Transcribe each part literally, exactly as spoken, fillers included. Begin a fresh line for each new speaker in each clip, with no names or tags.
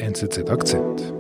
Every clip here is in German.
N Z Z Akzent.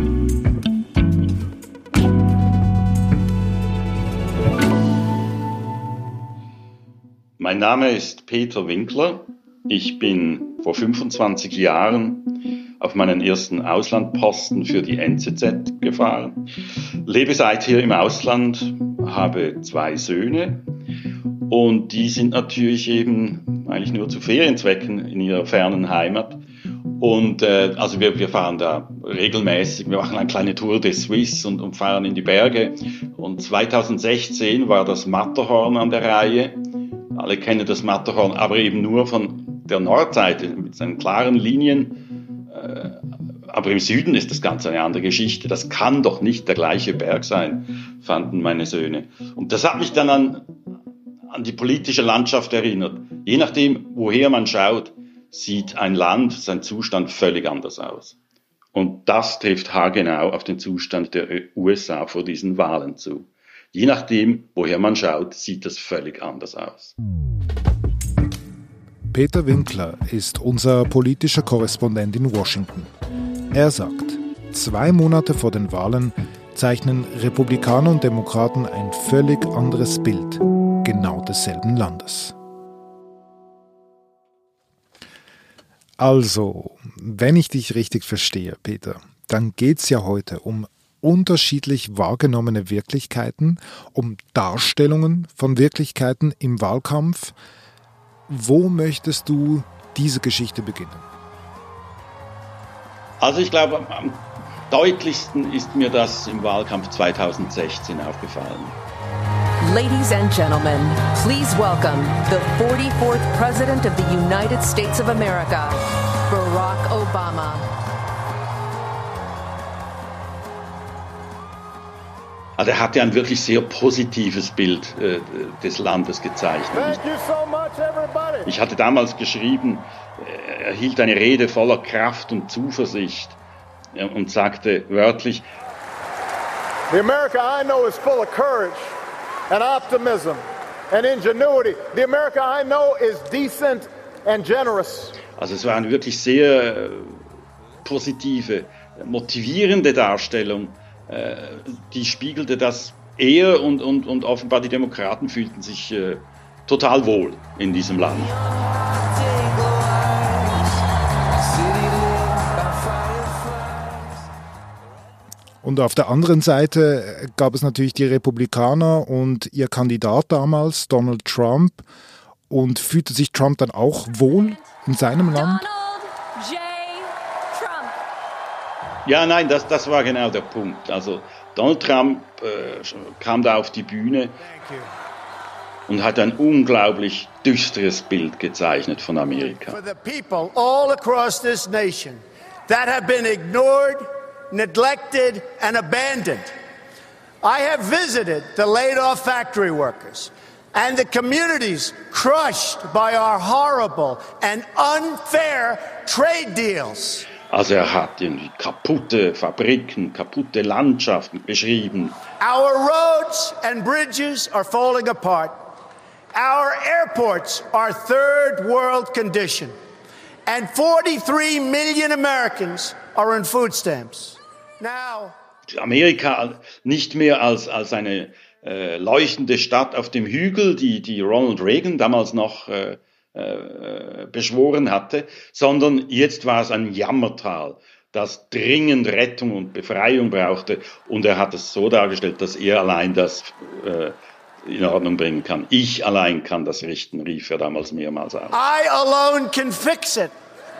Mein Name ist Peter Winkler. Ich bin vor fünfundzwanzig Jahren auf meinen ersten Auslandposten für die N Z Z gefahren. Lebe seither im Ausland, habe zwei Söhne und die sind natürlich eben eigentlich nur zu Ferienzwecken in ihrer fernen Heimat. Und äh, also wir, wir fahren da regelmäßig, wir machen eine kleine Tour de Suisse und, und fahren in die Berge. Und zweitausendsechzehn war das Matterhorn an der Reihe. Alle kennen das Matterhorn, aber eben nur von der Nordseite mit seinen klaren Linien. Äh, aber im Süden ist das Ganze eine andere Geschichte. Das kann doch nicht der gleiche Berg sein, fanden meine Söhne. Und das hat mich dann an, an die politische Landschaft erinnert. Je nachdem, woher man schaut, sieht ein Land, sein Zustand völlig anders aus. Und das trifft haargenau auf den Zustand der U S A vor diesen Wahlen zu. Je nachdem, woher man schaut, sieht das völlig anders aus.
Peter Winkler ist unser politischer Korrespondent in Washington. Er sagt, zwei Monate vor den Wahlen zeichnen Republikaner und Demokraten ein völlig anderes Bild genau desselben Landes. Also, wenn ich dich richtig verstehe, Peter, dann geht es ja heute um unterschiedlich wahrgenommene Wirklichkeiten, um Darstellungen von Wirklichkeiten im Wahlkampf. Wo möchtest du diese Geschichte beginnen?
Also ich glaube, am deutlichsten ist mir das im Wahlkampf zweitausendsechzehn aufgefallen.
Ladies and gentlemen, please welcome the forty-fourth President of the United States of America, Barack Obama.
Also er hat ja ein wirklich sehr positives Bild äh, des Landes gezeichnet.
Thank you so much, everybody.
Ich hatte damals geschrieben, er hielt eine Rede voller Kraft und Zuversicht äh, und sagte wörtlich:
The America I know is full of courage and optimism and ingenuity. The America I know is decent and generous.
Also es war eine wirklich sehr äh, positive, motivierende Darstellung. Die spiegelte das er und, und, und offenbar die Demokraten fühlten sich äh, total wohl in diesem Land.
Und auf der anderen Seite gab es natürlich die Republikaner und ihr Kandidat damals, Donald Trump. Und fühlte sich Trump dann auch wohl in seinem Land?
Ja, nein, das, das war genau der Punkt. Also Donald Trump äh, kam da auf die Bühne und hat ein unglaublich düsteres Bild gezeichnet von Amerika.
For the people all across this nation that have been ignored, neglected and abandoned. I have visited the laid-off factory workers and the communities crushed by our horrible and unfair trade deals.
Also er hat irgendwie kaputte Fabriken, kaputte Landschaften beschrieben.
Our roads and bridges are falling apart. Our airports are third world condition. And forty-three million Americans are on food stamps. Now,
Amerika nicht mehr als, als eine äh, leuchtende Stadt auf dem Hügel, die, die Ronald Reagan damals noch äh, Äh, beschworen hatte, sondern jetzt war es ein Jammertal, das dringend Rettung und Befreiung brauchte, und er hat es so dargestellt, dass er allein das äh, in Ordnung bringen kann. Ich allein kann das richten, rief er damals mehrmals aus.
I alone can fix it.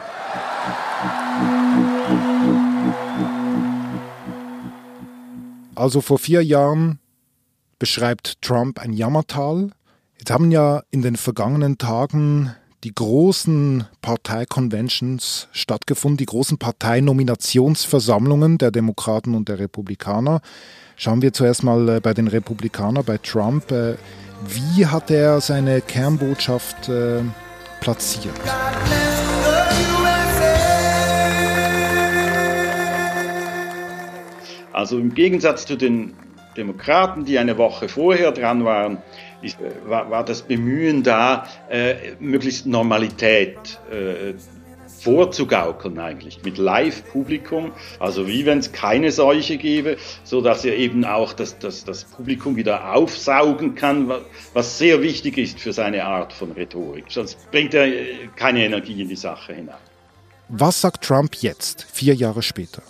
Also vor vier Jahren beschreibt Trump ein Jammertal. Jetzt haben ja in den vergangenen Tagen die großen Parteiconventions stattgefunden, die großen Parteinominationsversammlungen der Demokraten und der Republikaner. Schauen wir zuerst mal bei den Republikanern, bei Trump. Wie hat er seine Kernbotschaft äh, platziert?
Also im Gegensatz zu den Demokraten, die eine Woche vorher dran waren, ist, war, war das Bemühen da, äh, möglichst Normalität äh, vorzugaukeln eigentlich, mit Live-Publikum, also wie wenn es keine Seuche gäbe, so dass er eben auch das, das, das Publikum wieder aufsaugen kann, was sehr wichtig ist für seine Art von Rhetorik. Sonst bringt er keine Energie in die Sache hinein.
Was sagt Trump jetzt, vier Jahre später?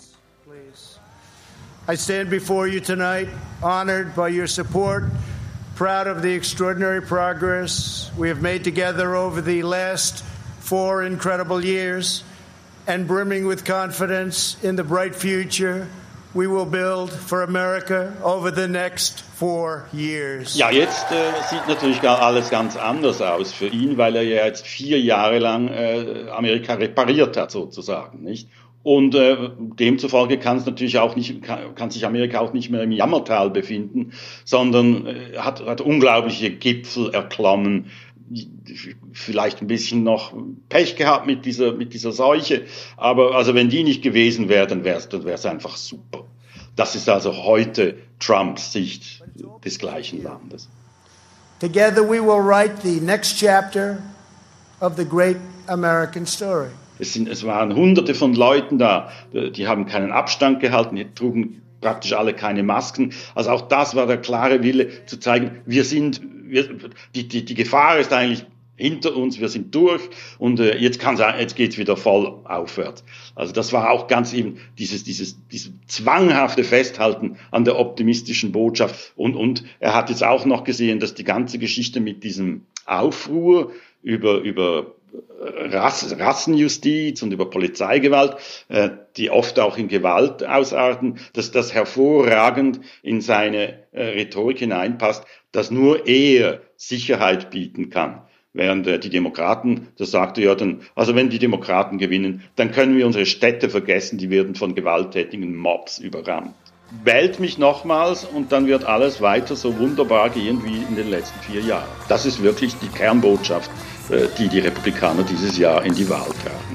I stand before you tonight, honored by your support, proud of the extraordinary progress we have made together over the last four incredible years, and brimming with confidence in the bright future we will build for America over the next four years.
Ja, jetzt äh, sieht natürlich alles ganz anders aus für ihn, weil er ja jetzt vier Jahre lang äh, Amerika repariert hat sozusagen, nicht? Und äh, demzufolge kann es natürlich auch nicht, kann, kann sich Amerika auch nicht mehr im Jammertal befinden, sondern äh, hat, hat unglaubliche Gipfel erklommen, vielleicht ein bisschen noch Pech gehabt mit dieser, mit dieser Seuche, aber also wenn die nicht gewesen wäre, dann wäre es dann wär's einfach super. Das ist also heute Trumps Sicht des gleichen Landes.
Together we will write the next chapter of the great American story.
Es, sind, es waren Hunderte von Leuten da, die haben keinen Abstand gehalten, die trugen praktisch alle keine Masken. Also auch das war der klare Wille zu zeigen, wir sind, wir, die, die, die Gefahr ist eigentlich hinter uns, wir sind durch und äh, jetzt, kann's, jetzt geht's wieder voll aufwärts. Also das war auch ganz eben dieses, dieses, dieses zwanghafte Festhalten an der optimistischen Botschaft. Und, und er hat jetzt auch noch gesehen, dass die ganze Geschichte mit diesem Aufruhr über, über Rass, Rassenjustiz und über Polizeigewalt, äh, die oft auch in Gewalt ausarten, dass das hervorragend in seine äh, Rhetorik hineinpasst, dass nur er Sicherheit bieten kann. Während äh, die Demokraten, das sagte ja dann, also wenn die Demokraten gewinnen, dann können wir unsere Städte vergessen, die werden von gewalttätigen Mobs überrannt. Wählt mich nochmals und dann wird alles weiter so wunderbar gehen wie in den letzten vier Jahren. Das ist wirklich die Kernbotschaft, die die Republikaner dieses Jahr in die Wahl tragen.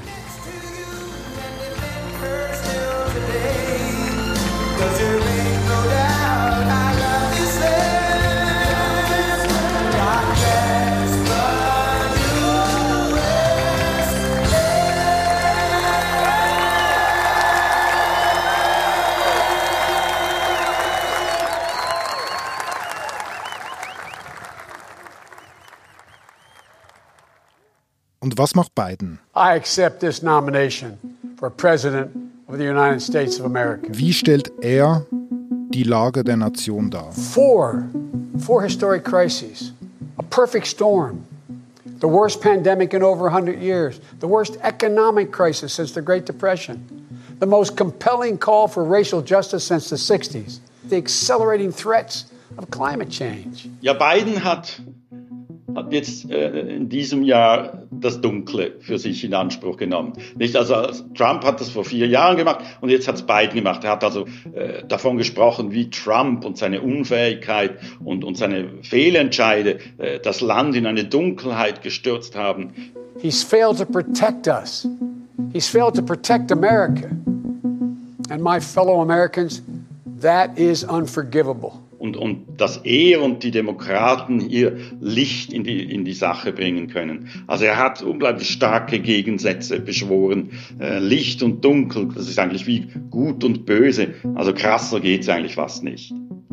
Und was macht Biden?
I accept this nomination for President of the United States of America.
Wie stellt er die Lage der Nation dar?
Four, four historic crises, a perfect storm, the worst pandemic in over one hundred years, the worst economic crisis since the Great Depression, the most compelling call for racial justice since the sixties, the accelerating threats of climate change.
Ja, Biden hat hat jetzt äh, in diesem Jahr das Dunkle für sich in Anspruch genommen. Nicht, also Trump hat das vor vier Jahren gemacht und jetzt hat es Biden gemacht. Er hat also äh, davon gesprochen, wie Trump und seine Unfähigkeit und, und seine Fehlentscheide äh, das Land in eine Dunkelheit gestürzt haben.
He's failed to protect us. He's failed to protect America. And my fellow Americans, that is unforgivable.
Und, und dass er und die Demokraten hier Licht in die, in die Sache bringen können. Also er hat unglaublich starke Gegensätze beschworen. Äh, Licht und Dunkel, das ist eigentlich wie Gut und Böse. Also krasser geht's eigentlich fast nicht.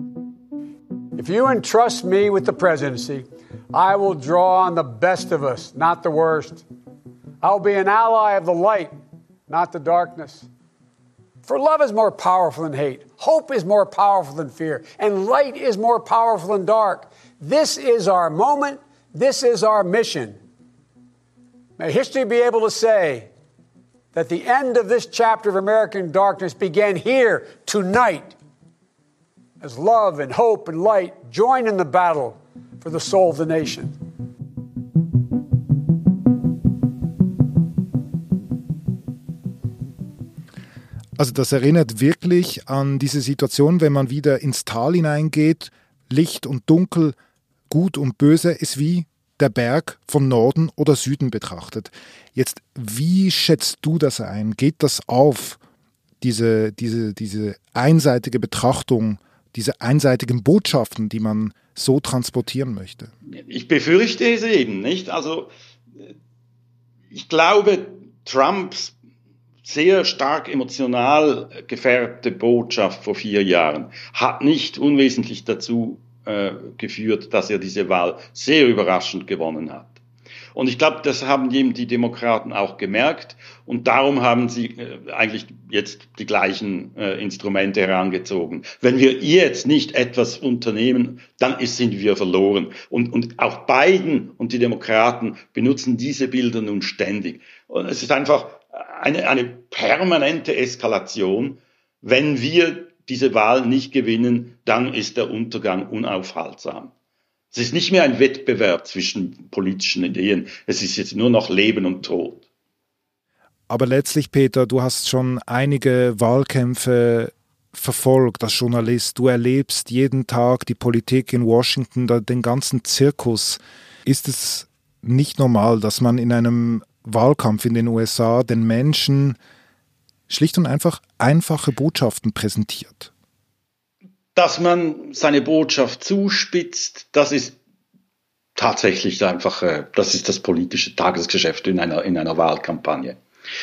If you entrust me with the presidency, I will draw on the best of us, not the worst. I will be an ally of the light, not the darkness. For love is more powerful than hate. Hope is more powerful than fear. And light is more powerful than dark. This is our moment. This is our mission. May history be able to say that the end of this chapter of American darkness began here tonight as love and hope and light join in the battle for the soul of the nation.
Also das erinnert wirklich an diese Situation, wenn man wieder ins Tal hineingeht, Licht und Dunkel, Gut und Böse ist wie der Berg von Norden oder Süden betrachtet. Jetzt, wie schätzt du das ein? Geht das auf, diese, diese, diese einseitige Betrachtung, diese einseitigen Botschaften, die man so transportieren möchte?
Ich befürchte es eben, nicht? Also ich glaube, Trumps sehr stark emotional gefärbte Botschaft vor vier Jahren hat nicht unwesentlich dazu äh, geführt, dass er diese Wahl sehr überraschend gewonnen hat. Und ich glaube, das haben eben die Demokraten auch gemerkt und darum haben sie äh, eigentlich jetzt die gleichen äh, Instrumente herangezogen. Wenn wir jetzt nicht etwas unternehmen, dann ist, sind wir verloren. Und, und auch Biden und die Demokraten benutzen diese Bilder nun ständig. Und es ist einfach eine, eine permanente Eskalation. Wenn wir diese Wahl nicht gewinnen, dann ist der Untergang unaufhaltsam. Es ist nicht mehr ein Wettbewerb zwischen politischen Ideen. Es ist jetzt nur noch Leben und Tod.
Aber letztlich, Peter, du hast schon einige Wahlkämpfe verfolgt als Journalist. Du erlebst jeden Tag die Politik in Washington, den ganzen Zirkus. Ist es nicht normal, dass man in einem Wahlkampf in den U S A den Menschen schlicht und einfach einfache Botschaften präsentiert?
Dass man seine Botschaft zuspitzt, das ist tatsächlich einfach, das ist das politische Tagesgeschäft in einer, in einer Wahlkampagne.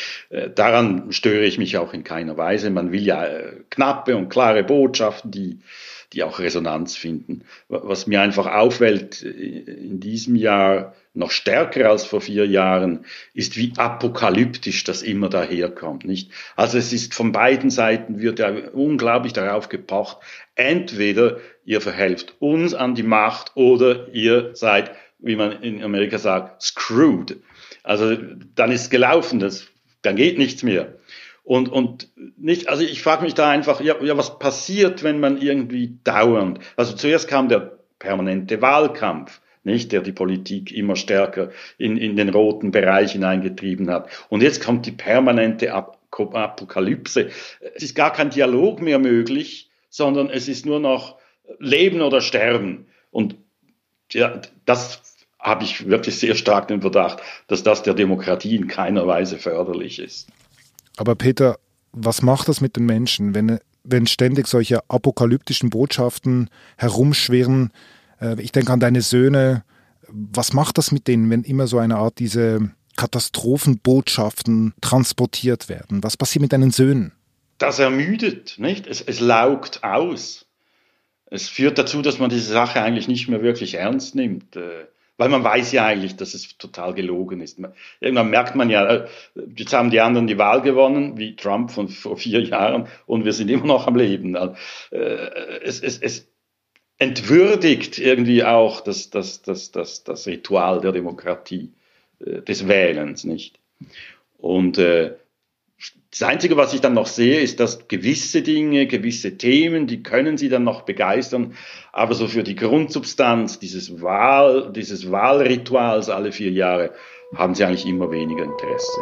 Daran störe ich mich auch in keiner Weise. Man will ja knappe und klare Botschaften, die, die auch Resonanz finden. Was mir einfach auffällt in diesem Jahr noch stärker als vor vier Jahren, ist, wie apokalyptisch das immer daherkommt, nicht? Also es ist von beiden Seiten wird ja unglaublich darauf gepocht, entweder ihr verhelft uns an die Macht oder ihr seid, wie man in Amerika sagt, screwed. Also dann ist gelaufen, das, dann geht nichts mehr. Und, und nicht, also ich frage mich da einfach, ja, ja, was passiert, wenn man irgendwie dauernd, also zuerst kam der permanente Wahlkampf, nicht, der die Politik immer stärker in, in den roten Bereich hineingetrieben hat. Und jetzt kommt die permanente Apokalypse. Es ist gar kein Dialog mehr möglich, sondern es ist nur noch Leben oder Sterben. Und ja, das habe ich wirklich sehr stark den Verdacht, dass das der Demokratie in keiner Weise förderlich ist.
Aber Peter, was macht das mit den Menschen, wenn, wenn ständig solche apokalyptischen Botschaften herumschwirren? Ich denke an deine Söhne. Was macht das mit denen, wenn immer so eine Art diese Katastrophenbotschaften transportiert werden? Was passiert mit deinen Söhnen?
Das ermüdet, nicht? Es, es laugt aus. Es führt dazu, dass man diese Sache eigentlich nicht mehr wirklich ernst nimmt. Weil man weiß ja eigentlich, dass es total gelogen ist. Irgendwann merkt man ja, jetzt haben die anderen die Wahl gewonnen, wie Trump von vor vier Jahren, und wir sind immer noch am Leben. Es, es, es entwürdigt irgendwie auch das, das, das, das, das Ritual der Demokratie, des Wählens, nicht? Und äh, das Einzige, was ich dann noch sehe, ist, dass gewisse Dinge, gewisse Themen, die können sie dann noch begeistern, aber so für die Grundsubstanz dieses Wahl, dieses Wahlrituals alle vier Jahre haben sie eigentlich immer weniger Interesse.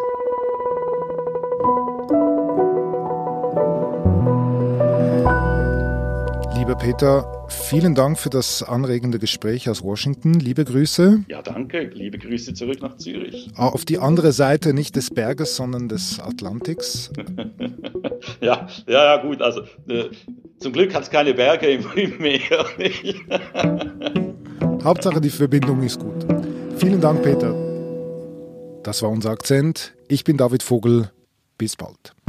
Lieber Peter, vielen Dank für das anregende Gespräch aus Washington. Liebe Grüße.
Ja, danke. Liebe Grüße zurück nach Zürich.
Auf die andere Seite nicht des Berges, sondern des Atlantiks.
ja, ja, ja, gut. Also äh, zum Glück hat es keine Berge im, im Meer.
Hauptsache die Verbindung ist gut. Vielen Dank, Peter. Das war unser Akzent. Ich bin David Vogel. Bis bald.